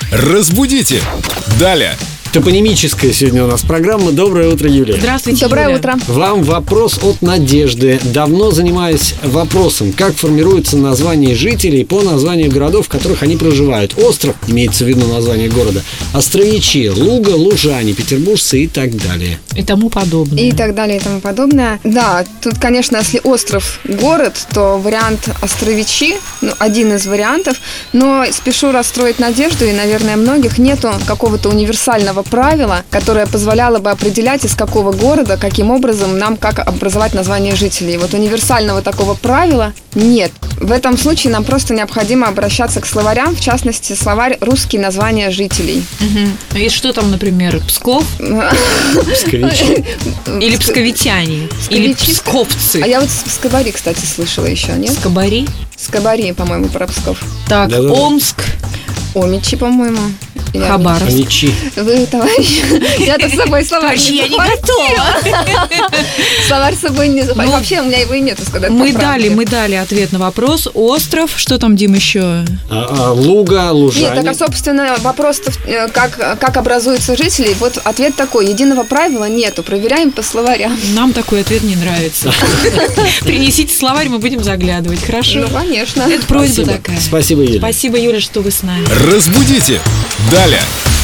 Разбудите! Далее! Топонимическая сегодня у нас программа. Доброе утро, Юлия. Здравствуйте, Доброе Юля. утро. Вам вопрос от Надежды. Давно занимаюсь вопросом, как формируется название жителей по названию городов, в которых они проживают. Остров, имеется в виду название города, островичи, Луга, лужане, петербуржцы и так далее. И тому подобное. И так далее, и тому подобное. Да, тут, конечно, если остров город, то вариант островичи, один из вариантов. Но спешу расстроить Надежду, и, наверное, многих нету какого-то универсального правила, которое позволяло бы определять, из какого города, каким образом нам, как образовать название жителей. Вот универсального такого правила нет. В этом случае нам просто необходимо обращаться к словарям, в частности, словарь «Русские названия жителей». Угу. И что там, например, Псков? Псковичи. Или псковитяне? Или псковцы? А я вот Скобари, кстати, слышала еще, нет? Скобари? Скобари, по-моему, про Псков. Так, Да-да-да. Омск, Омичи, по-моему. Хабаровск. Амичи. Вы, товарищ, я-то с собой словарь Товарищ, не я не захватила. Словарь с собой не захватила. Ну, Вообще у меня его и нету, сказать Мы по правде. дали ответ на вопрос. Остров, что там, Дим, еще? Луга, Нет, лужане. так, а, собственно, вопрос-то, как образуются жители, вот ответ такой, единого правила нету, проверяем по словарям. Нам такой ответ не нравится. Принесите словарь, мы будем заглядывать, хорошо? Ну, конечно. Это просьба Спасибо. такая. Спасибо, Юля. Спасибо, Юля, что вы с нами. Разбудите! Далее!